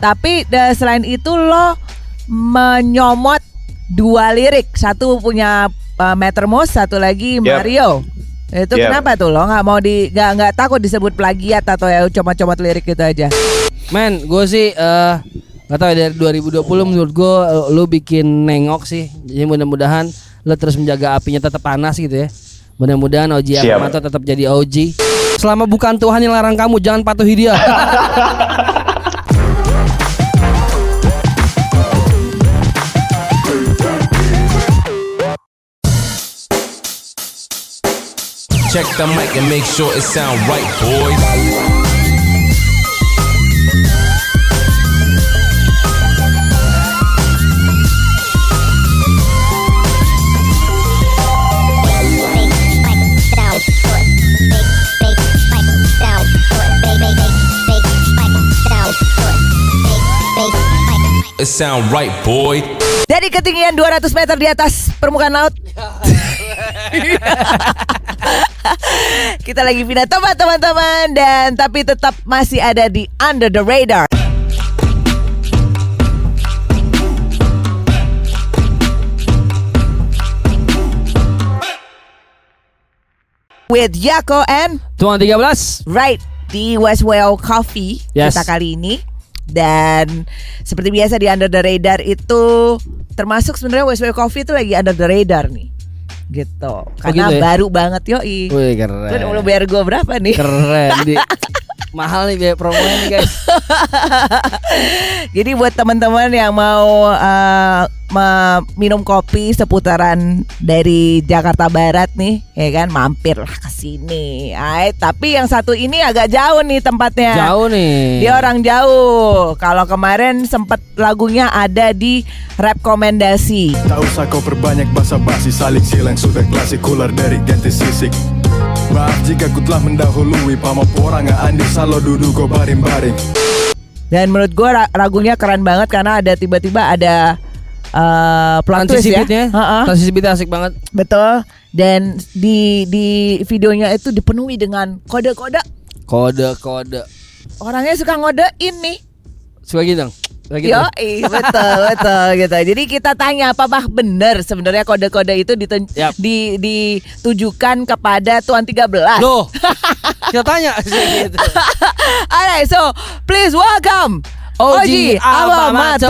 Tapi selain itu lo menyomot 2 lirik. Satu punya Mattermost, satu lagi Mario. Itu kenapa tuh lo nggak takut disebut plagiat atau ya comot-comot lirik gitu aja? Men, gue sih nggak tahu ya, dari 2020 menurut gue lo bikin nengok sih. Jadi mudah-mudahan lo terus menjaga apinya tetap panas gitu ya. Mudah-mudahan Oji Avamanto tetap jadi OG. Selama bukan Tuhan yang larang kamu, jangan patuhi dia. Check the mic and make sure it sound right, boys. It sound right, boy. Dari ketinggian 200 meter di atas permukaan laut. Kita lagi pindah tempat teman-teman, dan tapi tetap masih ada di Under the Radar. With Yako and Tuan 13. Right, di Westwell Coffee kita kali ini. Dan seperti biasa di Under the Radar itu termasuk sebenarnya Westwell Coffee itu lagi under the radar nih. Gitu. Karena gitu ya? Baru banget yoi. Wih, keren. Lu mau bayar gue berapa nih? Keren. Mahal nih biaya promonya nih guys. Jadi buat teman-teman yang mau minum kopi seputaran dari Jakarta Barat nih, ya kan, mampirlah ke sini. Tapi yang satu ini agak jauh nih tempatnya. Jauh nih. Dia orang jauh. Kalau kemarin sempat lagunya ada di Rekomendasi. Tak usah kau perbanyak basa-basi, saling silang sudah klasik, ular dari ganti sisik. Maaf jika ku telah mendahului, pamap orang andi salo duduk kau baring-baring. Dan menurut gue lagunya keren banget karena ada tiba-tiba ada plot twist ya. Transisi beatnya asik banget. Betul. Dan di videonya itu dipenuhi dengan kode-kode. Kode-kode. Orangnya suka ngodein nih. Suka gitu dong. Yo, betul gitu. Jadi kita tanya apakah benar sebenarnya kode-kode itu ditujukan kepada Tuan 13. Loh. Kita tanya gitu. Alright, so please welcome Oji Avamanto.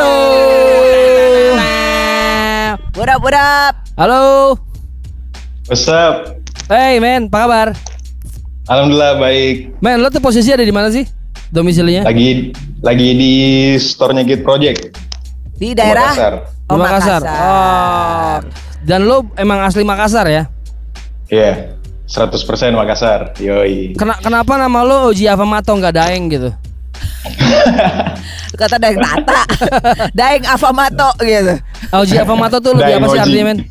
What up? Halo. What's up? Hey man, apa kabar? Alhamdulillah baik. Man, lo tuh posisi ada di mana sih? Domisilinya? Lagi di store-nya Git Project. Di daerah Makassar. Oh, Makassar. Oh. Dan lo emang asli Makassar ya? Iya, 100% Makassar. Yoi. Kenapa nama lo Oji Avamanto nggak Daeng gitu? Kata Daeng Tata. Daeng Avamanto gitu. Oji Avamanto tuh lebih apa sih artinya, men?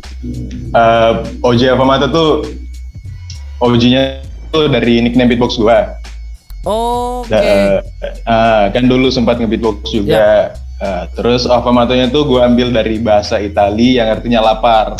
Oji Avamanto tuh OG-nya tuh dari nickname beatbox gua. Oke. Kan dulu sempat nge-beatbox juga. Terus Avamanto-nya tuh gue ambil dari bahasa Itali yang artinya lapar.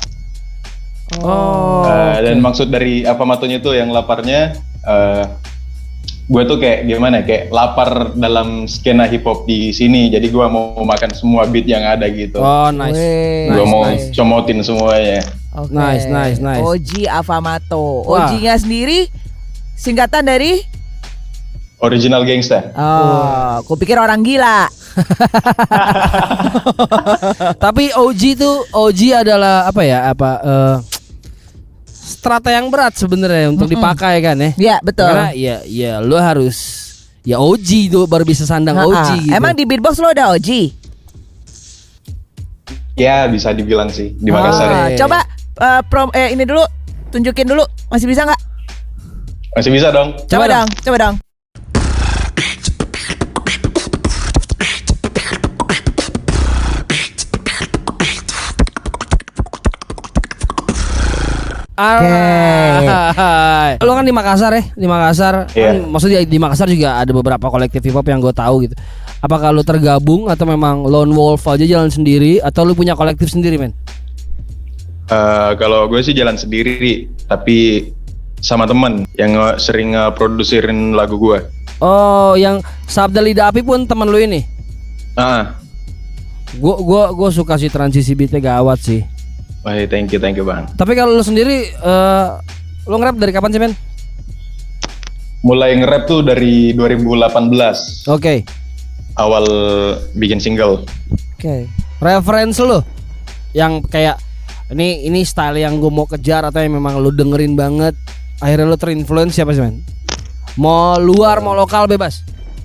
Dan maksud dari Avamanto-nya tuh yang laparnya, gue tuh kayak gimana, kayak lapar dalam skena hip hop di sini. Jadi gue mau makan semua beat yang ada gitu. Oh nice. Gue mau comotin semuanya. Okay. Nice. Oji Avamanto. OG-nya sendiri singkatan dari Original Gangsta. Oh, aku pikir orang gila. Tapi OG adalah apa ya? Strata yang berat sebenarnya untuk dipakai kan ya? Iya, betul. Karena ya lo harus OG tuh baru bisa sandang OG gitu. Emang di beatbox lo ada OG? Ya, bisa dibilang sih di Makassar. Coba ini dulu, tunjukin dulu. Masih bisa nggak? Masih bisa dong. Coba dong. Lo kan di Makassar ya, kan, maksudnya di Makassar juga ada beberapa kolektif hip hop yang gue tahu gitu. Apakah lo tergabung atau memang lone wolf aja jalan sendiri, atau lo punya kolektif sendiri, men? Kalau gue sih jalan sendiri, tapi sama temen yang sering produsirin lagu gue. Oh, yang Sabda Lidah Api pun temen lo ini? Gue suka sih transisi beatnya gawat sih. Wah, thank you bang. Tapi kalau lu sendiri, lu nge-rap dari kapan sih men? Mulai nge-rap tuh dari 2018. Oke. Awal bikin single. Oke. Reference lu yang kayak ini style yang gue mau kejar atau yang memang lu dengerin banget, akhirnya lu terinfluence siapa sih men? Mau luar mau lokal bebas.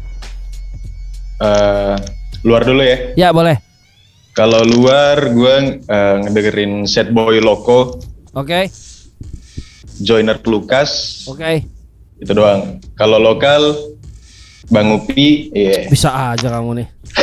Luar dulu ya. Ya boleh. Kalau luar gue ngedengerin Sad Boy Loco. Oke. Joyner Lucas. Oke. Itu doang. Kalau lokal Bang Upi, iya. Bisa aja kamu nih.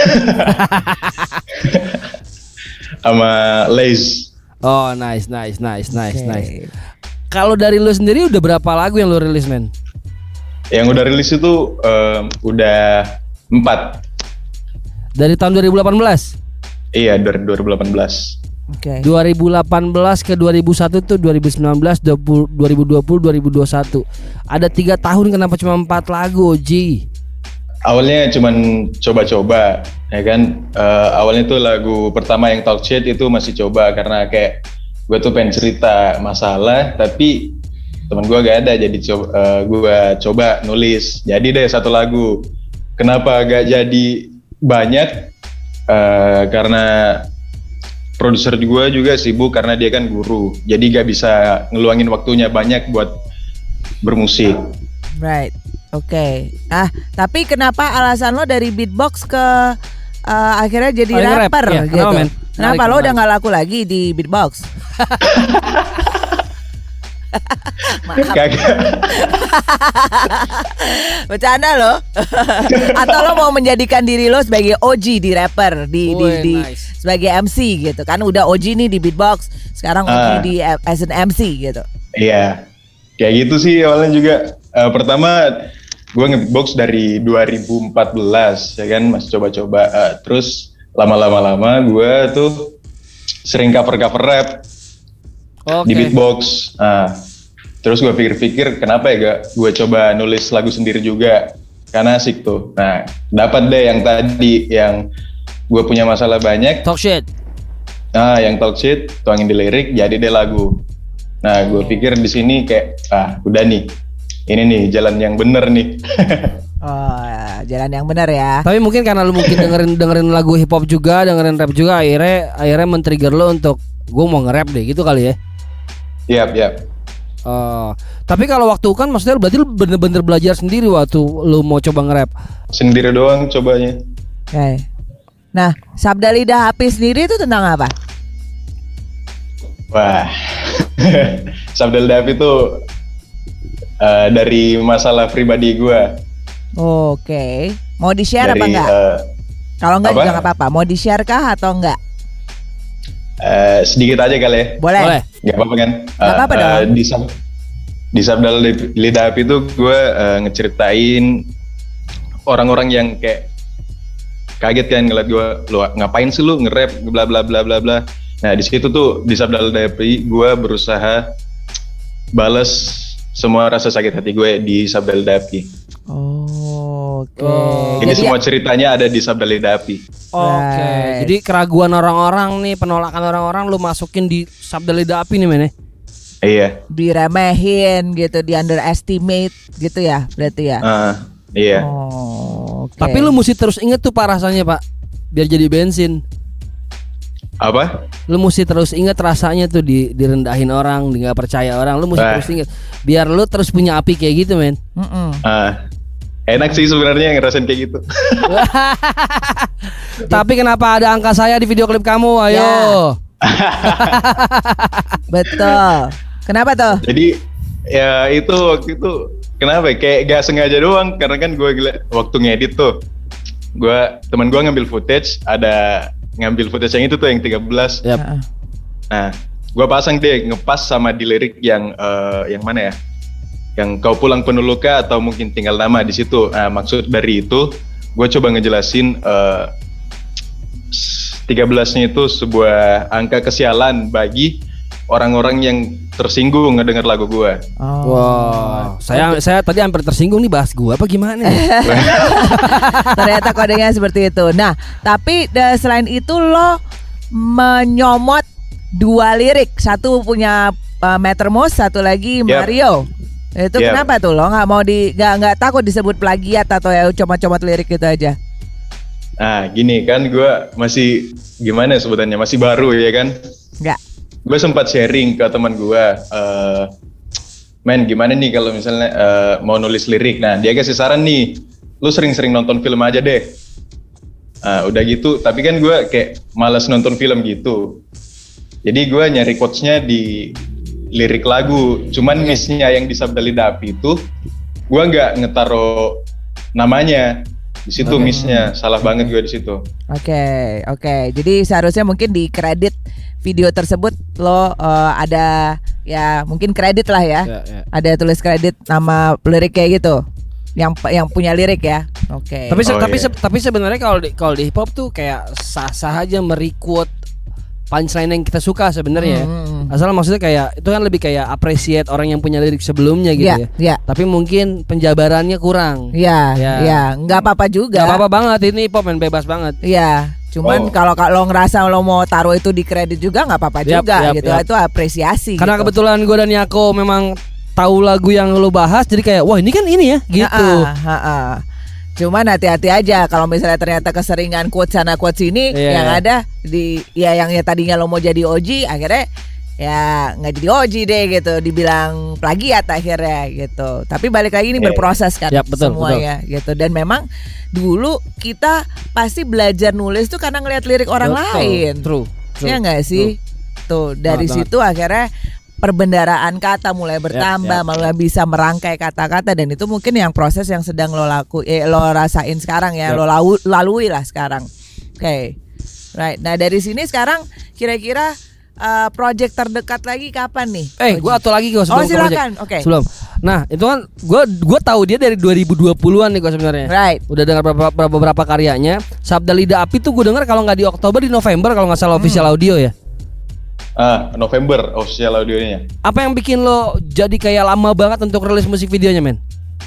Sama Laze. Oh nice. Kalau dari lu sendiri udah berapa lagu yang lu rilis men? Yang udah rilis itu udah 4. Dari tahun 2018? Iya, dari 2018. Oke. 2018 ke 2001 tuh 2019, 2020, 2021. Ada 3 tahun kenapa cuma 4 lagu, Ji? Awalnya cuman coba-coba, ya kan. Awalnya tuh lagu pertama yang Talk Shit itu masih coba karena kayak gue tuh pengen cerita masalah, tapi teman gue gak ada, jadi gue coba nulis. Jadi deh 1 lagu. Kenapa gak jadi banyak? Karena produser gue juga sibuk karena dia kan guru, jadi gak bisa ngeluangin waktunya banyak buat bermusik. Right, oke. Tapi kenapa alasan lo dari beatbox ke akhirnya jadi rapper ya, gitu? Kenapa lo udah nggak laku lagi di beatbox? Bercanda lo? Atau lo mau menjadikan diri lo sebagai OG di rapper di nice. Sebagai MC gitu kan? Udah OG nih di beatbox, sekarang OG di as an MC gitu. Iya, kayak gitu sih awalnya juga. Pertama gue nge-beatbox dari 2014 ya kan, masih coba-coba. Terus lama-lama gue tuh sering cover rap di beatbox. Terus gue pikir-pikir kenapa ya gak gue coba nulis lagu sendiri juga, karena asik tuh. Nah dapat deh yang tadi yang gue punya masalah banyak. Talk Shit. Nah yang Talk Shit tuangin di lirik, jadi deh lagu. Nah gue pikir di sini kayak udah nih, ini nih jalan yang bener nih. Oh, jalan yang benar ya. Tapi mungkin karena lu mungkin dengerin lagu hip hop juga, dengerin rap juga, akhirnya men-trigger lu untuk gue mau nge-rap deh gitu kali ya. Yap. Tapi kalau waktu kan maksudnya berarti lu bener-bener belajar sendiri waktu lu mau coba nge-rap. Sendiri doang cobanya. Oke. Nah, Sabda Lidah Api sendiri itu tentang apa? Wah, Sabda Lidah Api itu dari masalah pribadi gue. Oke. Mau di-share apa enggak? Kalau enggak juga enggak apa-apa. Mau di-share kah atau enggak? Sedikit aja kali ya. Boleh. Gak apa-apa kan? Gak apa-apa dong. Di Sabda Lidah Api itu gue ngeceritain orang-orang yang kayak kaget kan ngeliat gue, lu ngapain sih lu nge-rap bla bla bla bla bla. Nah di situ tuh di Sabda Lidah Api gue berusaha bales semua rasa sakit hati gue di Sabda Lidah Api. Oke. Ini semua ceritanya ada di Sabda Lidah Api. Oke. Jadi keraguan orang-orang nih, penolakan orang-orang lu masukin di Sabda Lidah Api nih men. Iya. Diremehin gitu, di underestimate gitu ya, berarti ya. Iya. Okay. Tapi lu mesti terus inget tuh Pak rasanya Pak, biar jadi bensin. Apa? Lu mesti terus inget rasanya tuh direndahin orang, nggak percaya orang. Lu mesti terus inget, biar lu terus punya api kayak gitu men. Enak sih sebenarnya ngerasain kayak gitu. Tapi kenapa ada angka saya di video klip kamu? Ayo. Ya. Betul. Kenapa tuh? Jadi ya itu waktu itu kenapa? Kayak gak sengaja doang, karena kan gue waktu ngedit tuh, teman gue ngambil footage, ngambil footage yang itu tuh yang 13. Yep. Nah, gue pasang deh ngepas sama di lirik yang mana ya? Yang kau pulang penuh luka atau mungkin tinggal nama di situ. Nah, maksud dari itu gue coba ngejelasin 13-nya itu sebuah angka kesialan bagi orang-orang yang tersinggung ngedenger lagu gue. Wow, saya tadi hampir tersinggung nih bahas gua apa gimana nih? Ternyata kodenya seperti itu. Nah, tapi selain itu lo menyomot 2 lirik, satu punya Metermos, satu lagi Mario. Itu kenapa tuh lo nggak mau nggak takut disebut plagiat atau ya comot-comot lirik gitu aja? Nah, gini kan gue masih gimana sebutannya, masih baru ya kan? Enggak. Gue sempat sharing ke teman gue, men gimana nih kalau misalnya mau nulis lirik. Nah dia kasih saran nih, lu sering-sering nonton film aja deh. Udah gitu, tapi kan gue kayak malas nonton film gitu. Jadi gue nyari quotes-nya di lirik lagu. Cuman miss-nya yang di Sabda Lidah Api itu gue nggak ngetaro namanya. Di situ miss-nya, salah banget gue di situ. Oke. Jadi seharusnya mungkin di kredit video tersebut lo ada ya mungkin kredit lah ya. Ada tulis kredit nama lirik kayak gitu. Yang punya lirik ya. Oke. Tapi sebenarnya kalau di hip hop tuh kayak sah-sah aja merequote punchline yang kita suka sebenarnya. Asal maksudnya kayak itu kan lebih kayak appreciate orang yang punya lirik sebelumnya gitu ya. Tapi mungkin penjabarannya kurang. Iya, nggak apa-apa juga. Nggak apa-apa banget, ini hip hop yang bebas banget. Iya. Cuman kalau lo ngerasa lo mau taruh itu di kredit juga nggak apa-apa juga gitu. Itu apresiasi. Karena gitu. kebetulan gue dan Yako memang tahu lagu yang lo bahas, jadi kayak wah ini kan ini ya gitu. Cuman hati-hati aja kalau misalnya ternyata keseringan quote sana quote sini yang ada di yang tadinya lo mau jadi OG akhirnya ya nggak jadi OG deh gitu, dibilang plagiat akhirnya gitu. Tapi balik lagi ini berproses kan semuanya gitu. Dan memang dulu kita pasti belajar nulis tuh karena ngelihat lirik orang lain. True. Ya nggak sih? Tuh dari situ akhirnya perbendaraan kata mulai bertambah, mulai bisa merangkai kata-kata, dan itu mungkin yang proses yang sedang lo rasain sekarang ya, lo lalui lah sekarang. Oke. Right. Nah, dari sini sekarang kira-kira project terdekat lagi kapan nih? Gue atau lagi gue sebelum silakan. Oke. Sebelum. Nah, itu kan gue tahu dia dari 2020-an nih gue sebenarnya. Right. Udah dengar beberapa karyanya. Sabda Lidah Api tuh gue dengar kalau nggak di Oktober, di November kalau nggak salah official audio ya. November official audionya. Apa yang bikin lo jadi kayak lama banget untuk rilis musik videonya, men?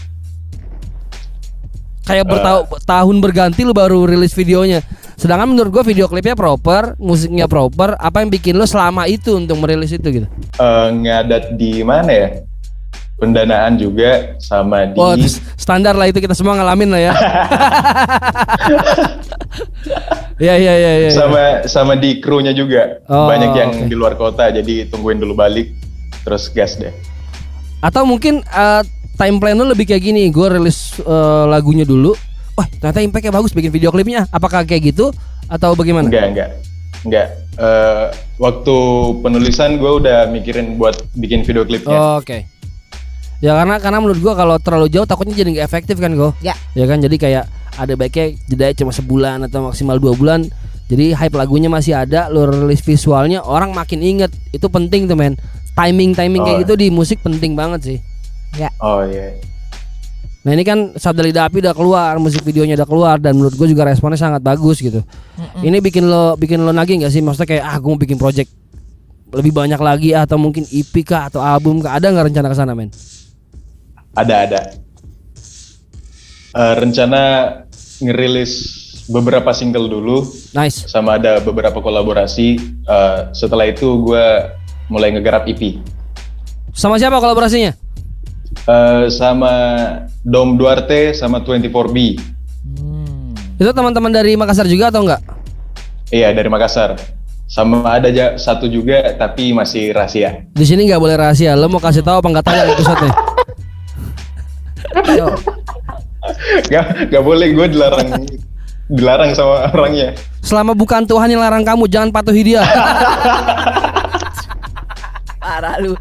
Kayak tahun berganti lo baru rilis videonya. Sedangkan menurut gue video klipnya proper, musiknya proper. Apa yang bikin lo selama itu untuk merilis itu gitu? Ngadat di mana ya? Pendanaan juga sama di. Oh, standar lah itu, kita semua ngalamin lah ya. Iya. Sama di krunya juga. Banyak yang di luar kota, jadi tungguin dulu balik terus gas deh. Atau mungkin time plan lo lebih kayak gini, gue rilis lagunya dulu. Wah, ternyata impactnya bagus, bikin video klipnya. Apakah kayak gitu atau bagaimana? Enggak. Waktu penulisan gue udah mikirin buat bikin video klipnya. Oke. Ya karena menurut gue kalau terlalu jauh takutnya jadi nggak efektif kan gue. Ya kan, jadi kayak ada baiknya jeda cuma sebulan atau maksimal 2 bulan. Jadi hype lagunya masih ada, lo rilis visualnya orang makin inget. Itu penting tuh, men. Timing kayak gitu di musik penting banget sih. Ya. Oh iya. Nah ini kan Sabda Lidah Api udah keluar, musik videonya udah keluar, dan menurut gue juga responnya sangat bagus gitu. Ini bikin lo nagih nggak sih? Maksudnya kayak gue mau bikin project lebih banyak lagi, atau mungkin EP kah atau album kah? Ada nggak rencana kesana, men? Ada. Rencana ngerilis beberapa single dulu. Nice. Sama ada beberapa kolaborasi. Setelah itu gue mulai ngegarap EP. Sama siapa kolaborasinya? Sama Dom Duarte sama 24B. Itu teman-teman dari Makassar juga atau enggak? Iya, dari Makassar. Sama ada satu juga tapi masih rahasia. Di sini nggak boleh rahasia. Lo mau kasih tahu apa nggak tahu episode-nya? Gak boleh, gue dilarang sama orangnya. Selama bukan Tuhan yang larang kamu, jangan patuhi dia. Parah lu.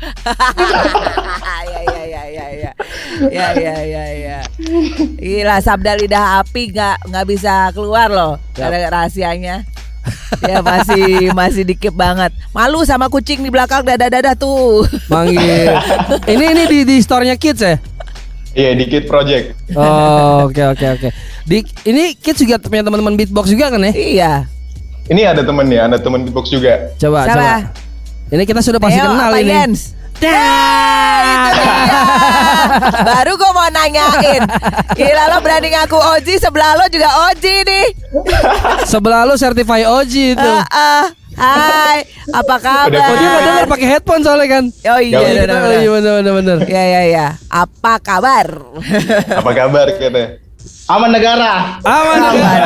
Ya. Gila, Sabda Lidah Api nggak bisa keluar loh dari rahasianya. Ya masih dikip banget. Malu sama kucing di belakang dada tuh. Manggil. Ini di store-nya Kids ya? Iya, di Kid Project. Oh, oke. Ini Kids juga punya teman-teman beatbox juga kan ya? Iya. Ini ada temen beatbox juga. Coba. Ini kita sudah pasti Neo kenal apa ini. Jens? Itu dia. Baru gue mau nanyain. Gila lo berani ngaku Oji, sebelah lo juga Oji nih. Sebelah lu certified OG itu. Hai, apa kabar? Oh, dia nggak dengar pakai headphone soalnya kan. Oh iya, Nggak, benar, Oh iya benar. Ya. Apa kabar? Apa kabar katanya? Aman negara. Aman.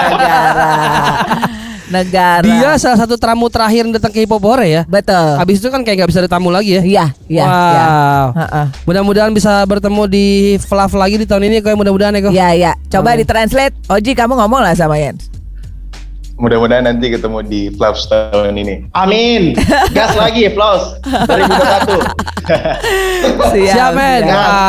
Negara. Dia salah satu tamu terakhir yang datang ke Hipopore ya. Betul. Habis itu kan kayak nggak bisa ada tamu lagi ya. Iya. Wow. Heeh. Mudah-mudahan bisa bertemu di Flav lagi di tahun ini kayak mudah-mudahan ya kok. Iya. Coba ditranslate. Oji, kamu ngomong lah sama Jens. Mudah-mudahan nanti ketemu di Flaps tahun ini. Amin. Gas lagi Flaps 2021. Siap men.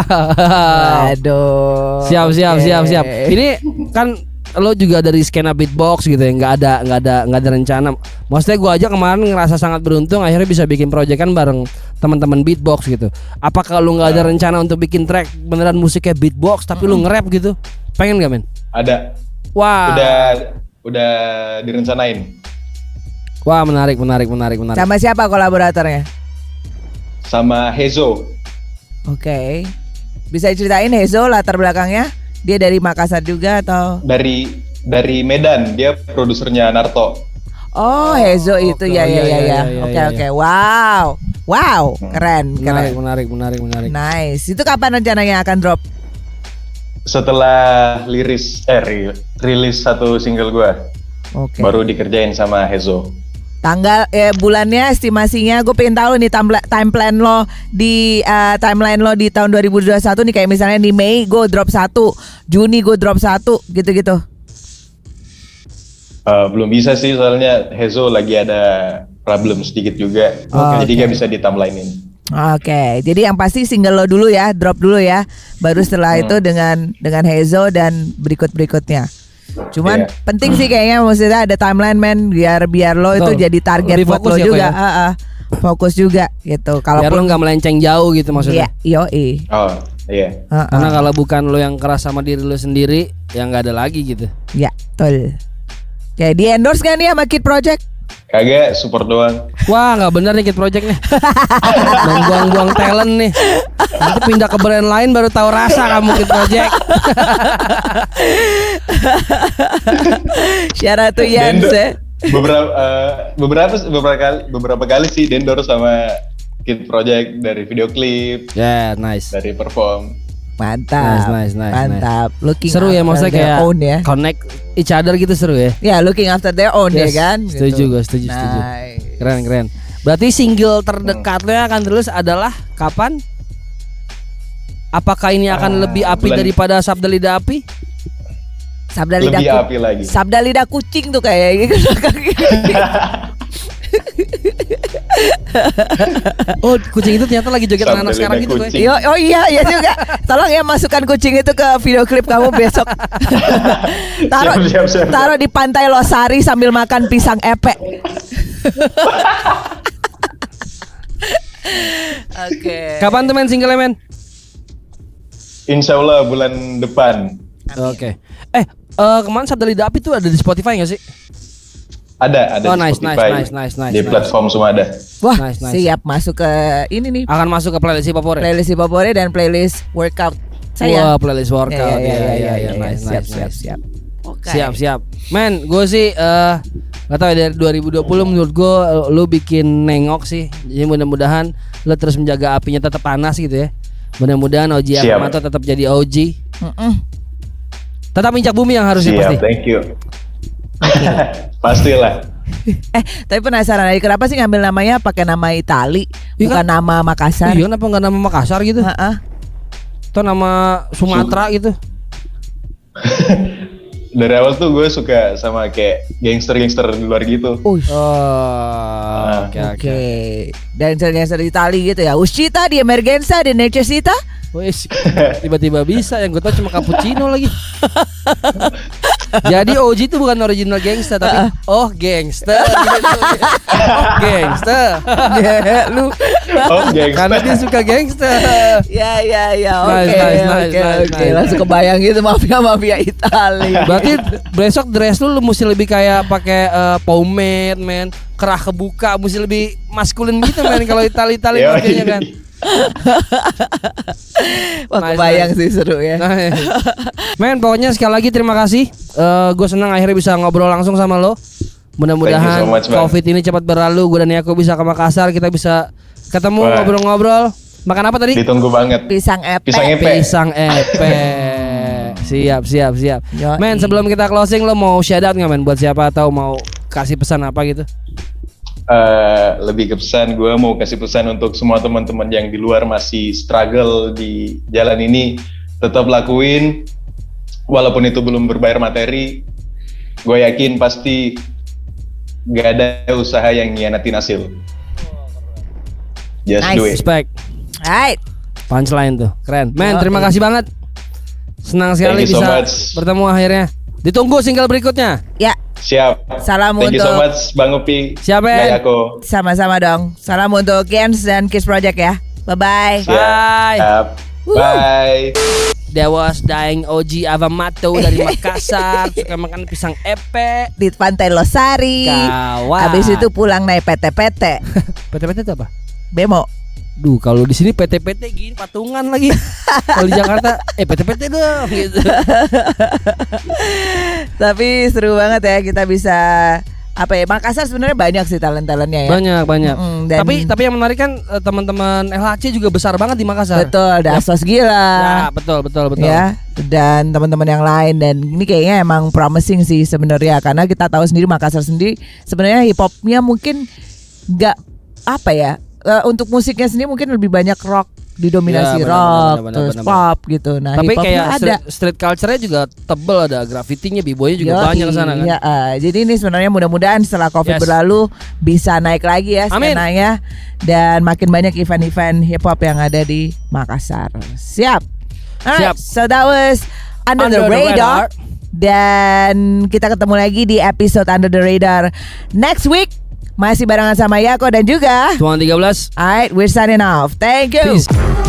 Aduh. Siap. Oke. Ini kan lo juga dari skena beatbox gitu ya, nggak ada rencana. Maksudnya gue aja kemarin ngerasa sangat beruntung akhirnya bisa bikin proyekan bareng teman-teman beatbox gitu. Apakah lo nggak ada rencana untuk bikin track beneran musiknya beatbox tapi lo nge-rap gitu? Pengen gak men? Ada. Wah. Udah direncanain. Wah menarik. Sama siapa kolaboratornya? Sama Hezo. Oke. Bisa ceritain Hezo latar belakangnya? Dia dari Makassar juga atau? Dari Medan, dia produsernya Naruto. Oh, Hezo itu ya. Oke. Wow, keren. Menarik. Nice. Itu kapan rencananya akan drop? Setelah rilis satu single gua, Oke. baru dikerjain sama Hezo. Tanggal bulannya estimasinya gue pengen tahu nih timeline lo di timeline lo di tahun 2021 nih, kayak misalnya di Mei gue drop 1, Juni gue drop 1 gitu-gitu. Belum bisa sih soalnya Hezo lagi ada problem sedikit juga. Jadi gak bisa di-timelinein. Oke, jadi yang pasti single lo dulu ya, drop dulu ya. Baru setelah itu dengan Hezo dan berikutnya. Cuman penting sih kayaknya maksudnya ada timeline men, biar lo itu jadi target lebih buat fokus lo ya, juga. Ko, ya? Fokus juga gitu. Biar lo nggak melenceng jauh gitu maksudnya. Iya, Oh iya. Karena kalau bukan lo yang keras sama diri lo sendiri, ya nggak ada lagi gitu. Ya, betul. Kayak di endorse gak nih sama Kid Project? Kagak, support doang. Wah nggak bener nih Kid Project nih. Dan buang-buang talent nih. Nanti pindah ke brand lain baru tahu rasa kamu Kid Project. Syarat tuh Jens ya. Beberapa kali sih endorse sama Kid Project dari video klip, Nice. dari perform. Mantap. Nice. Mantap. Looking Seru ya after maksudnya their kayak own ya. connect each other gitu seru ya. Ya, looking after their own ya kan. Setuju gitu. gue, setuju. Nice. Keren. Berarti single terdekat lo yang akan terus adalah kapan? Apakah ini akan lebih api daripada Sabda Lidah Api? Sabda lidah Lebih api lagi. Sabda lidah kucing tuh kayak gitu. Oh, kucing itu ternyata lagi joget Sabda anak sekarang lidah gitu gue. kucing. Oh iya juga. Tolong ya masukkan kucing itu ke video klip kamu besok. Siap. Taruh di Pantai Losari sambil makan pisang epek. Oke. Kapan tuh men single men? Insya Allah bulan depan. Oke. Kemarin Sabda Lidah Api tuh ada di Spotify nggak sih? Ada Oh, di nice, Spotify. nice. Di platform semua ada. Wah, Nice. siap masuk ke ini nih. Akan masuk ke playlist Hipopore. Playlist Hipopore dan playlist workout saya. Wah, playlist workout. Ya, Nice. siap. Oke. Siap. Men, gue sih gak tau ya, dari 2020 menurut gue lu bikin nengok sih. Jadi mudah-mudahan lu terus menjaga apinya tetap panas gitu ya. Mudah-mudahan Oji Siap. Armanto tetap jadi OG. Tetap injak bumi yang harusnya pasti. Siap, thank you. Pastilah. Tapi penasaran aja kenapa sih ngambil namanya pakai nama Itali, Iya bukan nama Makassar? Iya, kenapa nggak nama Makassar gitu? Atau nama Sumatera gitu? Dari awal tuh gue suka sama kayak gangster-gangster di luar gitu. Oke. Dancer Itali gitu ya. Uscita di emergenza di necessita. Wes, tiba-tiba bisa yang gue tau cuma cappuccino lagi. Jadi OG itu bukan original gangster tapi gangster. Gangster. Lu. Karena dia suka gangster. Ya. Nice. Oke. Langsung kebayang gitu mafia Italia. Berarti besok dress lu mesti lebih kayak pakai pomade, men. Kerah kebuka, mesti lebih maskulin gitu, men. Kalau Italia mafianya kan. Wah, kebayang sih seru ya. Men, pokoknya sekali lagi terima kasih. Gue senang akhirnya bisa ngobrol langsung sama lo. Mudah-mudahan COVID ini cepat berlalu. Gue dan Yako bisa ke Makassar, kita bisa ketemu ngobrol-ngobrol. Makan apa tadi? Ditunggu banget. Pisang epe. Siap. Men, sebelum kita closing, lo mau shout out nggak, men? Buat siapa atau mau kasih pesan apa gitu? Lebih ke pesan, gue mau kasih pesan untuk semua teman-teman yang di luar masih struggle di jalan ini, tetap lakuin walaupun itu belum berbayar materi. Gue yakin pasti gak ada usaha yang ngianatin hasil. Just do it. Respect. Right. Punchline tuh, keren. Men, terima kasih banget. Senang sekali Thank you bisa bertemu akhirnya. Ditunggu single berikutnya. Ya. Siap. Salam Thank you untuk so much Bang Upi. Siap, Ben. Aku. Sama-sama dong. Salam untuk Gens dan Kiss Project ya. Bye-bye. Bye. Bye. There was dying OG Avamato dari Makassar, suka makan pisang epe Di Pantai Losari. Kawan. Habis itu pulang naik PT-PT. PT-PT itu apa? Bemo. Duh, kalau di sini PT-PT gini patungan lagi. Kalau di Jakarta PT-PT dong gitu. Tapi seru banget ya kita bisa Makassar sebenarnya banyak sih talent-talentnya ya. Banyak. Dan Tapi yang menarik kan teman-teman LHC juga besar banget di Makassar. betul, ada Asos Gila. Ya, betul. Ya, dan teman-teman yang lain, dan ini kayaknya emang promising sih sebenarnya, karena kita tahu sendiri Makassar sendiri sebenarnya hip hopnya mungkin nggak untuk musiknya sendiri mungkin lebih banyak rock, didominasi rock, terus pop gitu. Nah, tapi hip-hopnya kayak street culture-nya juga tebel, ada graffitinya, b-boynya juga banyak ke sana kan. Ya, jadi ini sebenarnya mudah-mudahan setelah COVID berlalu bisa naik lagi ya skenanya, dan makin banyak event-event hip hop yang ada di Makassar. Siap. Alright, so that was Under the Radar. Dan kita ketemu lagi di episode Under the Radar next week. Masih barengan sama Yako dan juga Tuan 13. Alright, we're signing off. Thank you. Peace.